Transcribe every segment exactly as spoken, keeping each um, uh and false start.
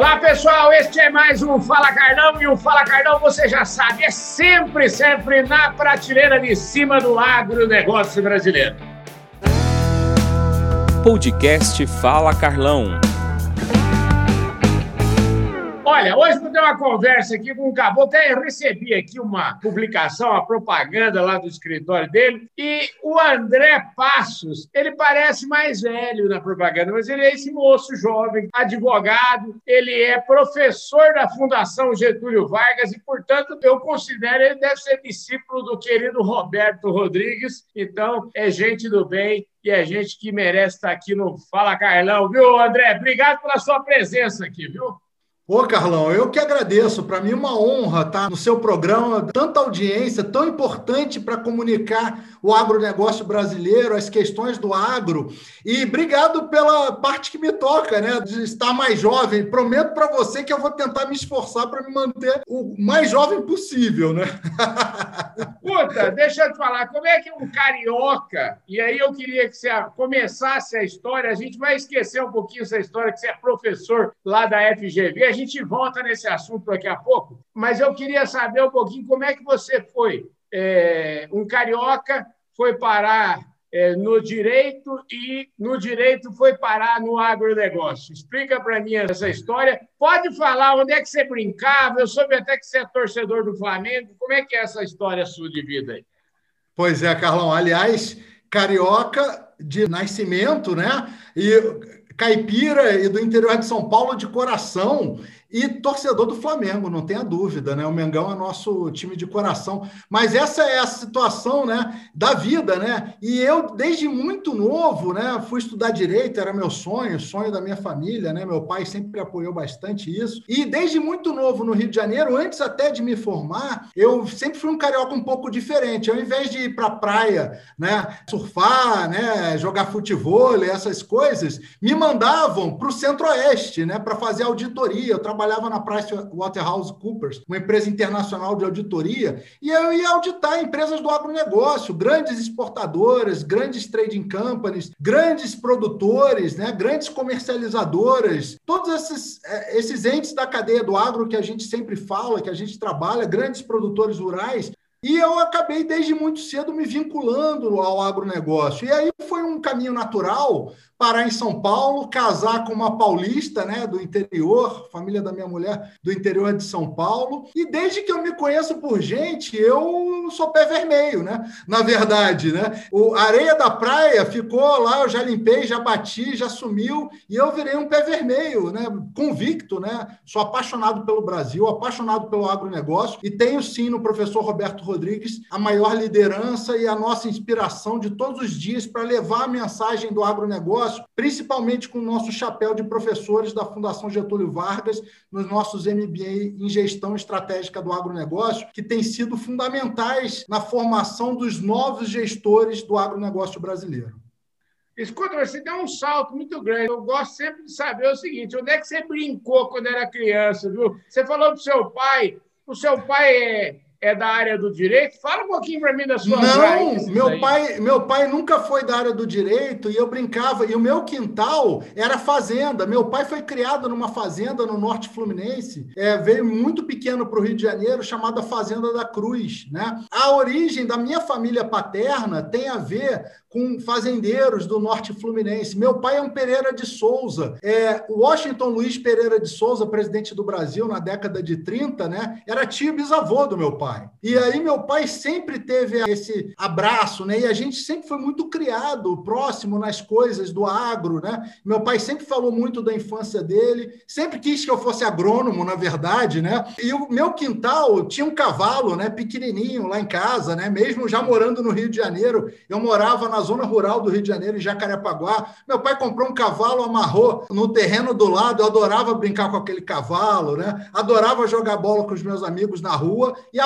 Olá, pessoal, este é mais um Fala Carlão, e o Fala Carlão, você já sabe, é sempre, sempre na prateleira de cima do agronegócio brasileiro. Podcast Fala Carlão. Olha, hoje vou ter uma conversa aqui com o Caboclo. Até recebi aqui uma publicação, uma propaganda lá do escritório dele, e o André Passos, ele parece mais velho na propaganda, mas ele é esse moço jovem, advogado, ele é professor da Fundação Getúlio Vargas e, portanto, eu considero ele deve ser discípulo do querido Roberto Rodrigues, então é gente do bem e é gente que merece estar aqui no Fala Carlão, viu, André? Obrigado pela sua presença aqui, viu? Ô, Carlão, eu que agradeço. Para mim é uma honra estar no seu programa, tanta audiência, tão importante para comunicar o agronegócio brasileiro, as questões do agro. E obrigado pela parte que me toca, né, de estar mais jovem. Prometo para você que eu vou tentar me esforçar para me manter o mais jovem possível, né? Puta, deixa eu te falar, como é que um carioca, e aí eu queria que você começasse a história, a gente vai esquecer um pouquinho essa história, que você é professor lá da F G V, a gente volta nesse assunto daqui a pouco, mas eu queria saber um pouquinho como é que você foi, é, um carioca foi parar é, no direito e no direito foi parar no agronegócio. Explica para mim essa história. Pode falar onde é que você brincava, eu soube até que você é torcedor do Flamengo, como é que é essa história sua de vida aí? Pois é, Carlão, aliás, carioca de nascimento, né? E caipira e do interior de São Paulo de coração e torcedor do Flamengo, não tenha dúvida, né? O Mengão é nosso time de coração. Mas essa é a situação, né, da vida, né? E eu, desde muito novo, né, fui estudar direito, era meu sonho, sonho da minha família, né? Meu pai sempre apoiou bastante isso. E desde muito novo no Rio de Janeiro, antes até de me formar, eu sempre fui um carioca um pouco diferente. Ao invés de ir para a praia, né, surfar, né, jogar futebol, essas coisas, me mandavam para o Centro-Oeste, né, para fazer auditoria. Eu trabalhava na PricewaterhouseCoopers, uma empresa internacional de auditoria, e eu ia auditar empresas do agronegócio, grandes exportadoras, grandes trading companies, grandes produtores, né, grandes comercializadoras, todos esses, esses entes da cadeia do agro que a gente sempre fala, que a gente trabalha, grandes produtores rurais. E eu acabei, desde muito cedo, me vinculando ao agronegócio. E aí foi um caminho natural parar em São Paulo, casar com uma paulista, né, do interior, família da minha mulher do interior de São Paulo. E desde que eu me conheço por gente, eu sou pé vermelho, né? Na verdade, né? O, a areia da praia ficou lá, eu já limpei, já bati, já sumiu, e eu virei um pé vermelho, né? Convicto, né? Sou apaixonado pelo Brasil, apaixonado pelo agronegócio, e tenho sim no professor Roberto Rodrigues a maior liderança e a nossa inspiração de todos os dias para levar a mensagem do agronegócio, principalmente com o nosso chapéu de professores da Fundação Getúlio Vargas, nos nossos M B A em Gestão Estratégica do Agronegócio, que têm sido fundamentais na formação dos novos gestores do agronegócio brasileiro. Escuta, você deu um salto muito grande. Eu gosto sempre de saber o seguinte, onde é que você brincou quando era criança, viu? Você falou do seu pai, o seu pai é... é da área do direito? Fala um pouquinho para mim da sua Não, meu pai, meu pai nunca foi da área do direito e eu brincava, e o meu quintal era fazenda. Meu pai foi criado numa fazenda no Norte Fluminense, é, veio muito pequeno para o Rio de Janeiro, chamada Fazenda da Cruz, né? A origem da minha família paterna tem a ver com fazendeiros do Norte Fluminense. Meu pai é um Pereira de Souza. É, Washington Luiz Pereira de Souza, presidente do Brasil na década de trinta, né? Era tio bisavô do meu pai. E aí meu pai sempre teve esse abraço, né? E a gente sempre foi muito criado, próximo nas coisas do agro, né? Meu pai sempre falou muito da infância dele, sempre quis que eu fosse agrônomo, na verdade, né? E o meu quintal tinha um cavalo, né? Pequenininho lá em casa, né? Mesmo já morando no Rio de Janeiro, eu morava na zona rural do Rio de Janeiro, em Jacarepaguá. Meu pai comprou um cavalo, amarrou no terreno do lado, eu adorava brincar com aquele cavalo, né? Adorava jogar bola com os meus amigos na rua e a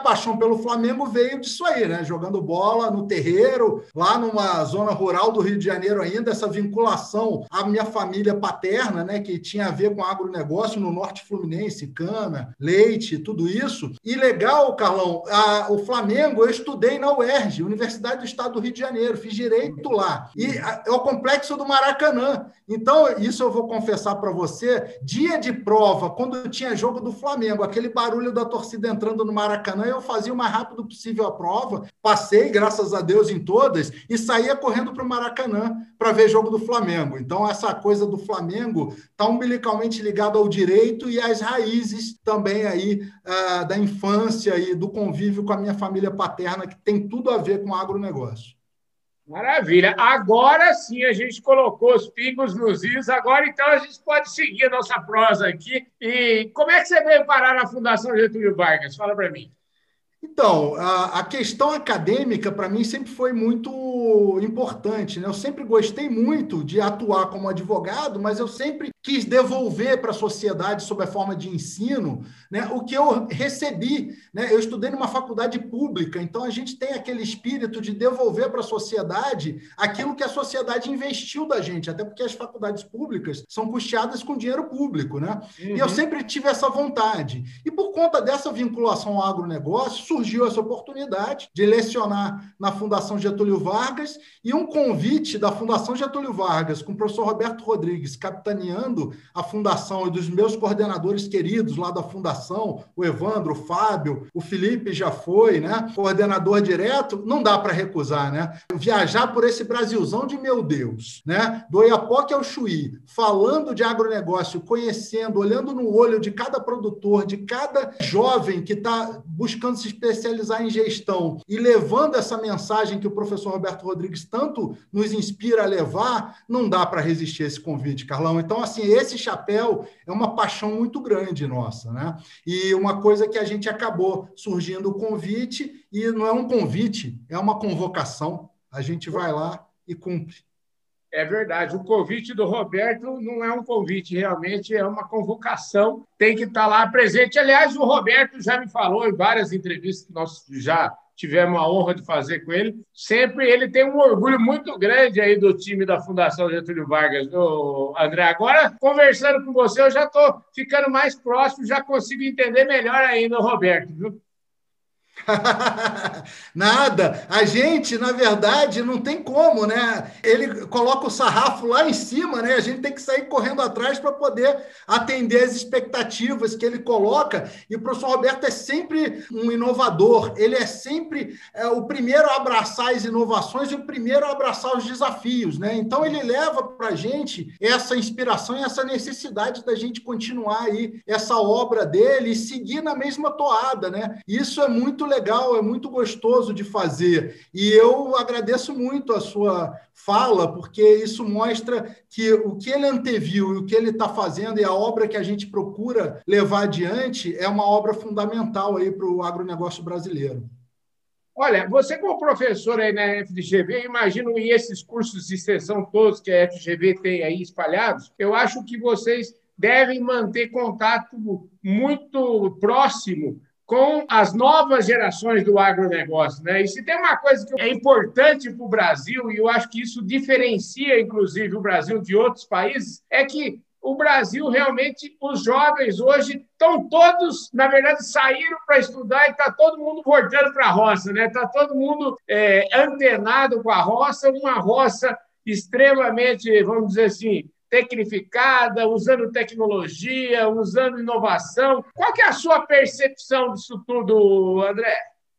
paixão pelo Flamengo veio disso aí, né? Jogando bola no terreiro, lá numa zona rural do Rio de Janeiro ainda, essa vinculação à minha família paterna, né? Que tinha a ver com agronegócio no norte fluminense, cana, leite, tudo isso. E legal, Carlão, a, o Flamengo, eu estudei na U E R J, Universidade do Estado do Rio de Janeiro, fiz direito lá. E a, é o complexo do Maracanã. Então, isso eu vou confessar para você, dia de prova, quando tinha jogo do Flamengo, aquele barulho da torcida entrando no Maracanã, eu fazia o mais rápido possível a prova, passei, graças a Deus, em todas, e saía correndo para o Maracanã para ver jogo do Flamengo. Então, essa coisa do Flamengo está umbilicalmente ligada ao direito e às raízes também aí uh, da infância e do convívio com a minha família paterna, que tem tudo a ver com agronegócio. Maravilha. Agora sim a gente colocou os pingos nos is. Agora, então, a gente pode seguir a nossa prosa aqui. E como é que você veio parar na Fundação Getúlio Vargas? Fala para mim. Então, a, a questão acadêmica, para mim, sempre foi muito importante, né? Eu sempre gostei muito de atuar como advogado, mas eu sempre quis devolver para a sociedade, sob a forma de ensino, né, o que eu recebi. Né? Eu estudei numa faculdade pública, então a gente tem aquele espírito de devolver para a sociedade aquilo que a sociedade investiu da gente, até porque as faculdades públicas são custeadas com dinheiro público. Né? Uhum. E eu sempre tive essa vontade. E por conta dessa vinculação ao agronegócio, surgiu essa oportunidade de lecionar na Fundação Getúlio Vargas e um convite da Fundação Getúlio Vargas, com o professor Roberto Rodrigues capitaneando a fundação e dos meus coordenadores queridos lá da fundação, o Evandro, o Fábio, o Felipe já foi, né? Coordenador direto, não dá para recusar, né? Viajar por esse Brasilzão de meu Deus, né? Do Oiapoque ao Chuí, falando de agronegócio, conhecendo, olhando no olho de cada produtor, de cada jovem que está buscando se especializar em gestão e levando essa mensagem que o professor Roberto Rodrigues tanto nos inspira a levar, não dá para resistir a esse convite, Carlão. Então, assim, esse chapéu é uma paixão muito grande nossa, né? E uma coisa que a gente acabou surgindo o convite, e não é um convite, é uma convocação. A gente vai lá e cumpre. É verdade. O convite do Roberto não é um convite, realmente é uma convocação. Tem que estar lá presente. Aliás, o Roberto já me falou em várias entrevistas que nós já tivemos a honra de fazer com ele. Sempre ele tem um orgulho muito grande aí do time da Fundação Getúlio Vargas, do André. Agora, conversando com você, eu já estou ficando mais próximo, já consigo entender melhor ainda o Roberto, viu? Nada. A gente, na verdade, não tem como, né? Ele coloca o sarrafo lá em cima, né? A gente tem que sair correndo atrás para poder atender as expectativas que ele coloca. E o professor Roberto é sempre um inovador. Ele é sempre é, o primeiro a abraçar as inovações e o primeiro a abraçar os desafios, né? Então, ele leva para a gente essa inspiração e essa necessidade da gente continuar aí essa obra dele e seguir na mesma toada, né? Isso é muito legal, é muito gostoso de fazer. E eu agradeço muito a sua fala, porque isso mostra que o que ele anteviu e o que ele está fazendo e a obra que a gente procura levar adiante é uma obra fundamental aí para o agronegócio brasileiro. Olha, você como professor aí na F G V, imagino em esses cursos de extensão todos que a F G V tem aí espalhados, eu acho que vocês devem manter contato muito próximo com as novas gerações do agronegócio, né? E se tem uma coisa que é importante para o Brasil, e eu acho que isso diferencia, inclusive, o Brasil de outros países, é que o Brasil, realmente, os jovens hoje estão todos, na verdade, saíram para estudar e está todo mundo voltando para a roça, né? Está todo mundo é, antenado com a roça, uma roça extremamente, vamos dizer assim, tecnificada, usando tecnologia, usando inovação. Qual que é a sua percepção disso tudo, André?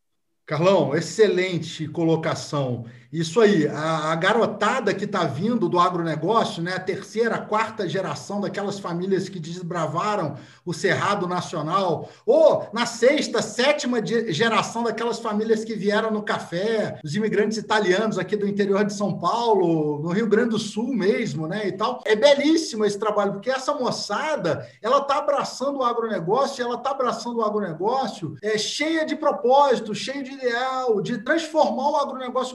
Carlão, excelente colocação. Isso aí, a, a garotada que está vindo do agronegócio, né, a terceira, a quarta geração daquelas famílias que desbravaram o Cerrado Nacional, ou na sexta, sétima geração daquelas famílias que vieram no café, os imigrantes italianos aqui do interior de São Paulo, no Rio Grande do Sul mesmo, né, e tal. É belíssimo esse trabalho, porque essa moçada, ela está abraçando o agronegócio, ela está abraçando o agronegócio é, cheia de propósito, cheia de ideal, de transformar o agronegócio brasileiro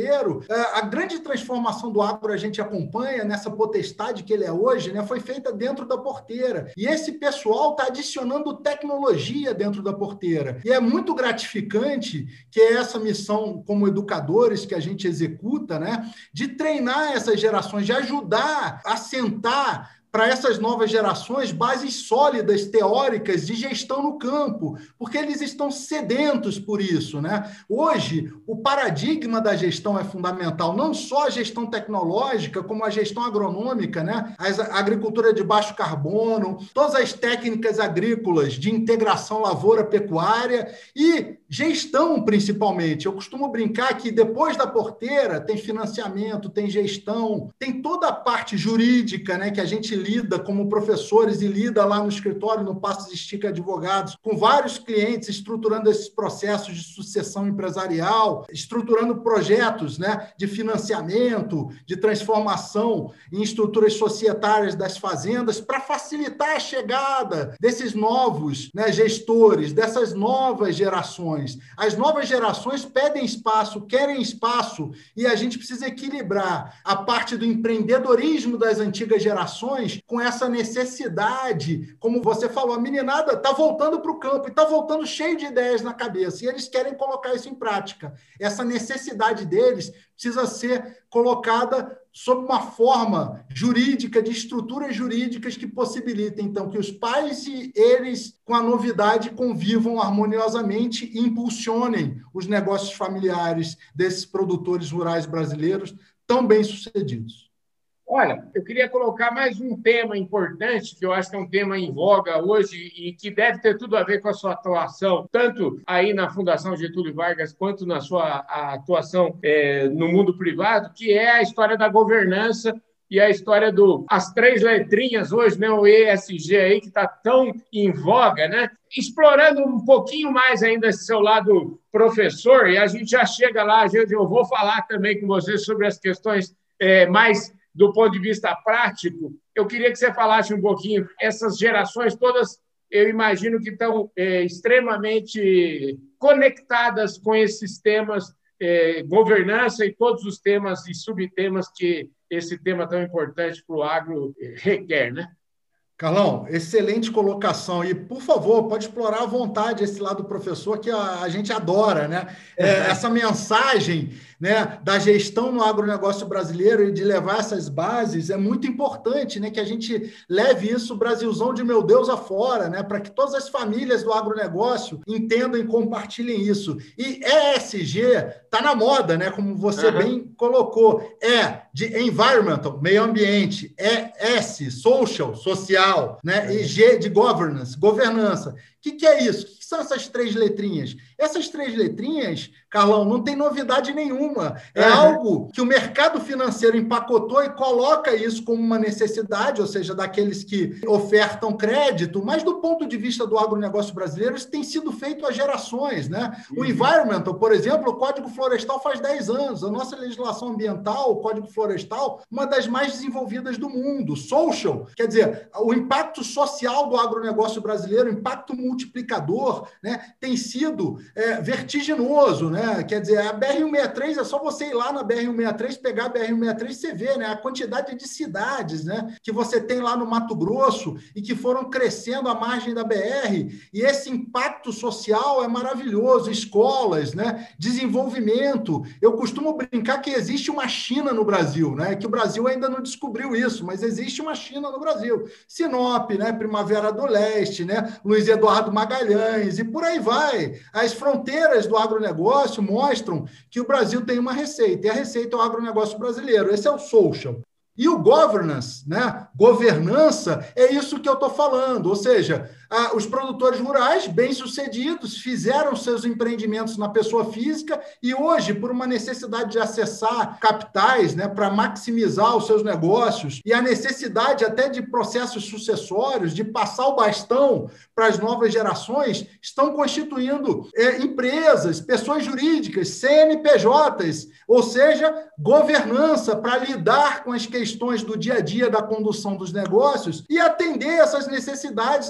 financeiro, a grande transformação do agro a gente acompanha nessa potestade que ele é hoje, né, foi feita dentro da porteira. E esse pessoal está adicionando tecnologia dentro da porteira. E é muito gratificante que é essa missão como educadores que a gente executa, né, de treinar essas gerações, de ajudar a sentar para essas novas gerações bases sólidas, teóricas, de gestão no campo, porque eles estão sedentos por isso, né? Hoje, o paradigma da gestão é fundamental, não só a gestão tecnológica, como a gestão agronômica, né? A agricultura de baixo carbono, todas as técnicas agrícolas de integração lavoura-pecuária e gestão, principalmente. Eu costumo brincar que depois da porteira tem financiamento, tem gestão, tem toda a parte jurídica, né, que a gente lida como professores e lida lá no escritório, no Passos Estica Advogados, com vários clientes, estruturando esses processos de sucessão empresarial, estruturando projetos, né, de financiamento, de transformação em estruturas societárias das fazendas, para facilitar a chegada desses novos, né, gestores, dessas novas gerações. As novas gerações pedem espaço, querem espaço, e a gente precisa equilibrar a parte do empreendedorismo das antigas gerações com essa necessidade, como você falou, a meninada está voltando para o campo e está voltando cheio de ideias na cabeça, e eles querem colocar isso em prática. Essa necessidade deles precisa ser colocada sob uma forma jurídica, de estruturas jurídicas que possibilitem, então, que os pais e eles, com a novidade, convivam harmoniosamente e impulsionem os negócios familiares desses produtores rurais brasileiros tão bem-sucedidos. Olha, eu queria colocar mais um tema importante, que eu acho que é um tema em voga hoje e que deve ter tudo a ver com a sua atuação, tanto aí na Fundação Getúlio Vargas, quanto na sua atuação é, no mundo privado, que é a história da governança e a história do as três letrinhas hoje, né, o E S G aí, que está tão em voga, né? Explorando um pouquinho mais ainda esse seu lado professor, e a gente já chega lá, gente, eu vou falar também com você sobre as questões é, mais do ponto de vista prático. Eu queria que você falasse um pouquinho, essas gerações todas, eu imagino que estão é, extremamente conectadas com esses temas, é, governança e todos os temas e subtemas que esse tema tão importante para o agro requer, né? Carlão, excelente colocação. E, por favor, pode explorar à vontade esse lado do professor, que a, a gente adora, né? É, essa mensagem, né, da gestão no agronegócio brasileiro e de levar essas bases é muito importante, né, que a gente leve isso Brasilzão de meu Deus afora, né, para que todas as famílias do agronegócio entendam e compartilhem isso. E E S G está na moda, né, como você uhum. bem colocou. É de environmental, meio ambiente, é S, social, social, né, uhum. e G de governance, governança. O que, que é isso? O que são essas três letrinhas? Essas três letrinhas, Carlão, não tem novidade nenhuma. É uhum. algo que o mercado financeiro empacotou e coloca isso como uma necessidade, ou seja, daqueles que ofertam crédito, mas do ponto de vista do agronegócio brasileiro, isso tem sido feito há gerações, né? Uhum. O environmental, por exemplo, o Código Florestal faz dez anos. A nossa legislação ambiental, o Código Florestal, uma das mais desenvolvidas do mundo. Social, quer dizer, o impacto social do agronegócio brasileiro, o impacto multiplicador, né, tem sido é, vertiginoso, né? Quer dizer, a B R cento e sessenta e três é só você ir lá na B R cento e sessenta e três, pegar a B R cento e sessenta e três e você vê, né, a quantidade de cidades, né, que você tem lá no Mato Grosso e que foram crescendo à margem da B R, e esse impacto social é maravilhoso, escolas, né, desenvolvimento. Eu costumo brincar que existe uma China no Brasil, né, que o Brasil ainda não descobriu isso, mas existe uma China no Brasil. Sinop, né, Primavera do Leste, né, Luiz Eduardo Magalhães, e por aí vai. As fronteiras do agronegócio mostram que o Brasil tem uma receita, e a receita é o agronegócio brasileiro. Esse é o social. E o governance, né? Governança, é isso que eu estou falando. Ou seja, ah, os produtores rurais bem-sucedidos fizeram seus empreendimentos na pessoa física e hoje, por uma necessidade de acessar capitais, né, para maximizar os seus negócios e a necessidade até de processos sucessórios, de passar o bastão para as novas gerações, estão constituindo é, empresas, pessoas jurídicas, C N P Js, ou seja, governança para lidar com as questões questões do dia a dia da condução dos negócios e atender essas necessidades daqueles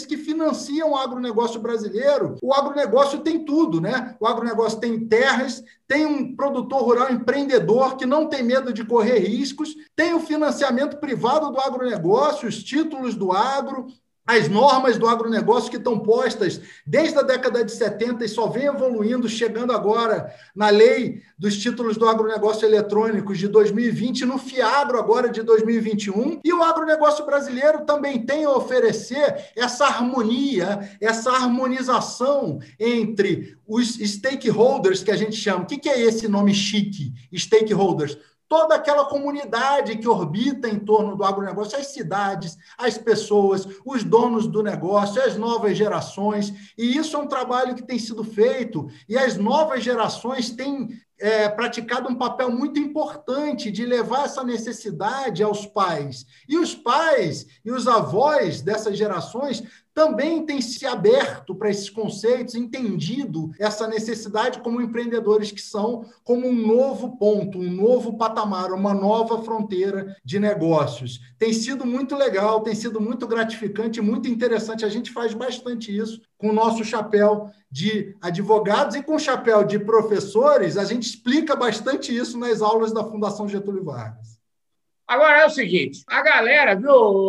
aqueles que financiam o agronegócio brasileiro. O agronegócio tem tudo, né? O agronegócio tem terras, tem um produtor rural empreendedor que não tem medo de correr riscos, tem o financiamento privado do agronegócio, os títulos do agro, as normas do agronegócio que estão postas desde a década de setenta e só vem evoluindo, chegando agora na lei dos títulos do agronegócio eletrônicos de dois mil e vinte, no FIAGRO agora de dois mil e vinte e um, e o agronegócio brasileiro também tem a oferecer essa harmonia, essa harmonização entre os stakeholders que a gente chama. O que é esse nome chique, stakeholders? Toda aquela comunidade que orbita em torno do agronegócio, as cidades, as pessoas, os donos do negócio, as novas gerações. E isso é um trabalho que tem sido feito e as novas gerações têm é, praticado um papel muito importante de levar essa necessidade aos pais. E os pais e os avós dessas gerações também têm se aberto para esses conceitos, entendido essa necessidade como empreendedores que são, como um novo ponto, um novo patamar, uma nova fronteira de negócios. Tem sido muito legal, tem sido muito gratificante, muito interessante. A gente faz bastante isso com o nosso chapéu de advogados e com o chapéu de professores. A gente explica bastante isso nas aulas da Fundação Getúlio Vargas. Agora é o seguinte, a galera, viu,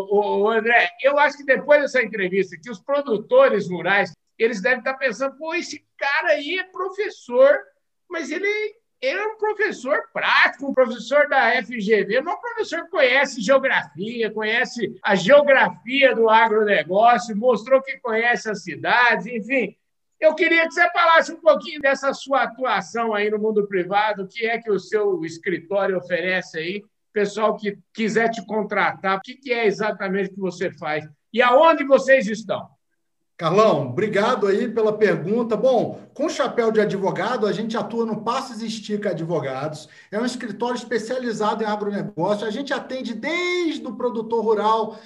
o André, eu acho que depois dessa entrevista que os produtores rurais, eles devem estar pensando, pô, esse cara aí é professor, mas ele, ele é um professor prático, um professor da F G V, não é um professor que conhece geografia, conhece a geografia do agronegócio, mostrou que conhece as cidades, enfim. Eu queria que você falasse um pouquinho dessa sua atuação aí no mundo privado, o que é que o seu escritório oferece aí, pessoal que quiser te contratar, o que é exatamente que você faz e aonde vocês estão? Carlão, obrigado aí pela pergunta. Bom, com o chapéu de advogado, a gente atua no Passos e Estica Advogados. É um escritório especializado em agronegócio. A gente atende desde o produtor rural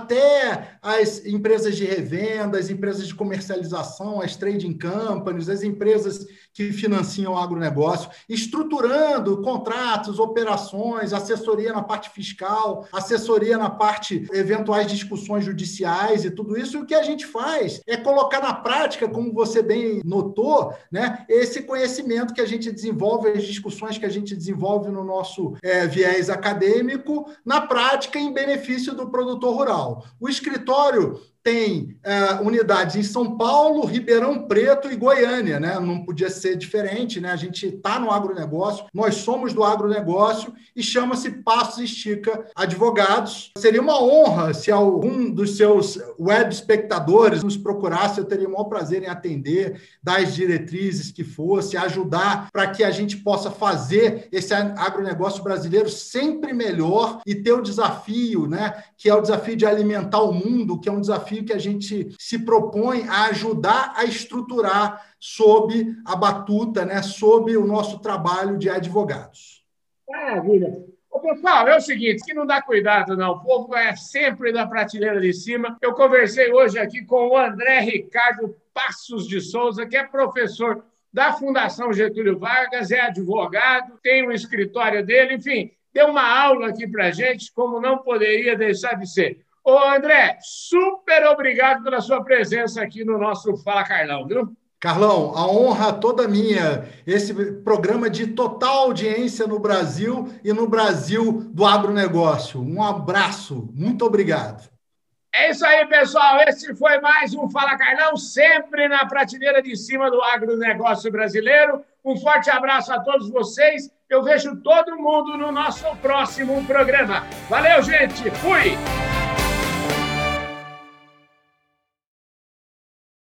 até as empresas de revenda, as empresas de comercialização, as trading companies, as empresas que financiam o agronegócio, estruturando contratos, operações, assessoria na parte fiscal, assessoria na parte eventuais discussões judiciais e tudo isso. E o que a gente faz é colocar na prática, como você bem notou, né, esse conhecimento que a gente desenvolve, as discussões que a gente desenvolve no nosso é, viés acadêmico, na prática, em benefício do produtor rural. O escritório tem uh, unidades em São Paulo, Ribeirão Preto e Goiânia, né? Não podia ser diferente, né? A gente está no agronegócio, nós somos do agronegócio e chama-se Passos e Estica Advogados. Seria uma honra se algum dos seus web espectadores nos procurasse, eu teria o maior prazer em atender, dar as diretrizes que fosse, ajudar para que a gente possa fazer esse agronegócio brasileiro sempre melhor e ter o desafio, né? Que é o desafio de alimentar o mundo, que é um desafio que a gente se propõe a ajudar a estruturar sob a batuta, né, sob o nosso trabalho de advogados. Maravilha. Ô, pessoal, é o seguinte, que não dá cuidado, não. O povo é sempre da prateleira de cima. Eu conversei hoje aqui com o André Ricardo Passos de Souza, que é professor da Fundação Getúlio Vargas, é advogado, tem um escritório dele, enfim, deu uma aula aqui para a gente, como não poderia deixar de ser. Ô, André, super obrigado pela sua presença aqui no nosso Fala Carlão, viu? Carlão, a honra toda minha. Esse programa de total audiência no Brasil e no Brasil do agronegócio. Um abraço, muito obrigado. É isso aí, pessoal. Esse foi mais um Fala Carlão, sempre na prateleira de cima do agronegócio brasileiro. Um forte abraço a todos vocês. Eu vejo todo mundo no nosso próximo programa. Valeu, gente. Fui!